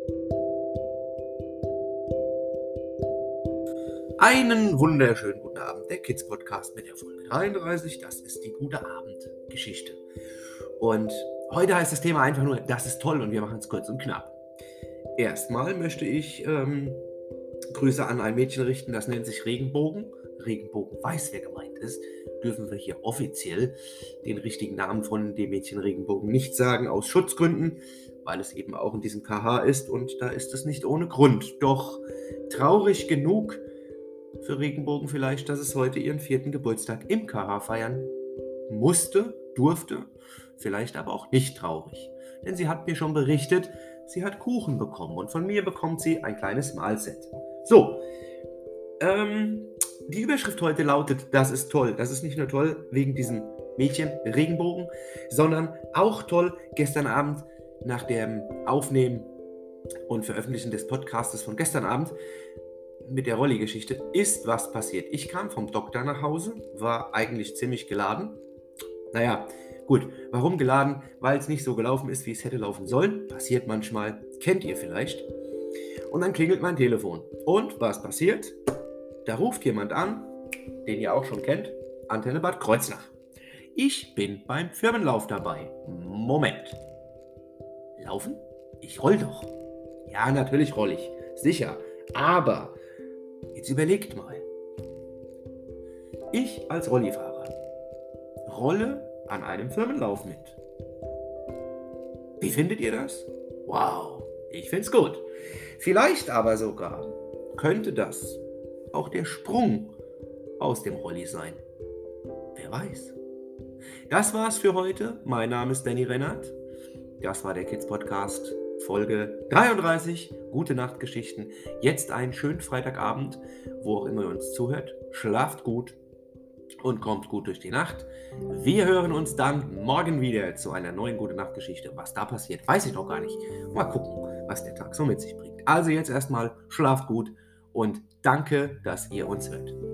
Einen wunderschönen guten Abend, der Kids Podcast mit der Folge 33. Das ist die gute Abend-Geschichte. Und heute heißt das Thema einfach nur, das ist toll, und wir machen es kurz und knapp. Erstmal möchte ich Grüße an ein Mädchen richten, das nennt sich Regenbogen. Regenbogen weiß, wer gemeint ist. Dürfen wir hier offiziell den richtigen Namen von dem Mädchen Regenbogen nicht sagen, aus Schutzgründen, weil es eben auch in diesem KH ist, und da ist es nicht ohne Grund. Doch traurig genug für Regenbogen vielleicht, dass es heute ihren 4. Geburtstag im KH feiern musste, durfte, vielleicht aber auch nicht traurig. Denn sie hat mir schon berichtet, sie hat Kuchen bekommen, und von mir bekommt sie ein kleines Mahlset. So, die Überschrift heute lautet, das ist toll. Das ist nicht nur toll wegen diesem Mädchen Regenbogen, sondern auch toll gestern Abend nach dem Aufnehmen und Veröffentlichen des Podcastes von gestern Abend mit der Rolli-Geschichte ist was passiert. Ich kam vom Doktor nach Hause, war eigentlich ziemlich geladen. Naja, gut, warum geladen? Weil es nicht so gelaufen ist, wie es hätte laufen sollen. Passiert manchmal, kennt ihr vielleicht. Und dann klingelt mein Telefon. Und was passiert? Da ruft jemand an, den ihr auch schon kennt, Antenne Bad Kreuznach. Ich bin beim Firmenlauf dabei. Moment. Laufen? Ich roll doch. Ja, natürlich roll ich. Sicher. Aber jetzt überlegt mal. Ich als Rollifahrer rolle an einem Firmenlauf mit. Wie findet ihr das? Wow, ich find's gut. Vielleicht aber sogar könnte das auch der Sprung aus dem Rolli sein. Wer weiß. Das war's für heute. Mein Name ist Danny Rennert. Das war der Kids Podcast, Folge 33. Gute Nacht Geschichten. Jetzt einen schönen Freitagabend, wo auch immer ihr uns zuhört. Schlaft gut und kommt gut durch die Nacht. Wir hören uns dann morgen wieder zu einer neuen Gute Nacht Geschichte. Was da passiert, weiß ich noch gar nicht. Mal gucken, was der Tag so mit sich bringt. Also jetzt erstmal schlaft gut und danke, dass ihr uns hört.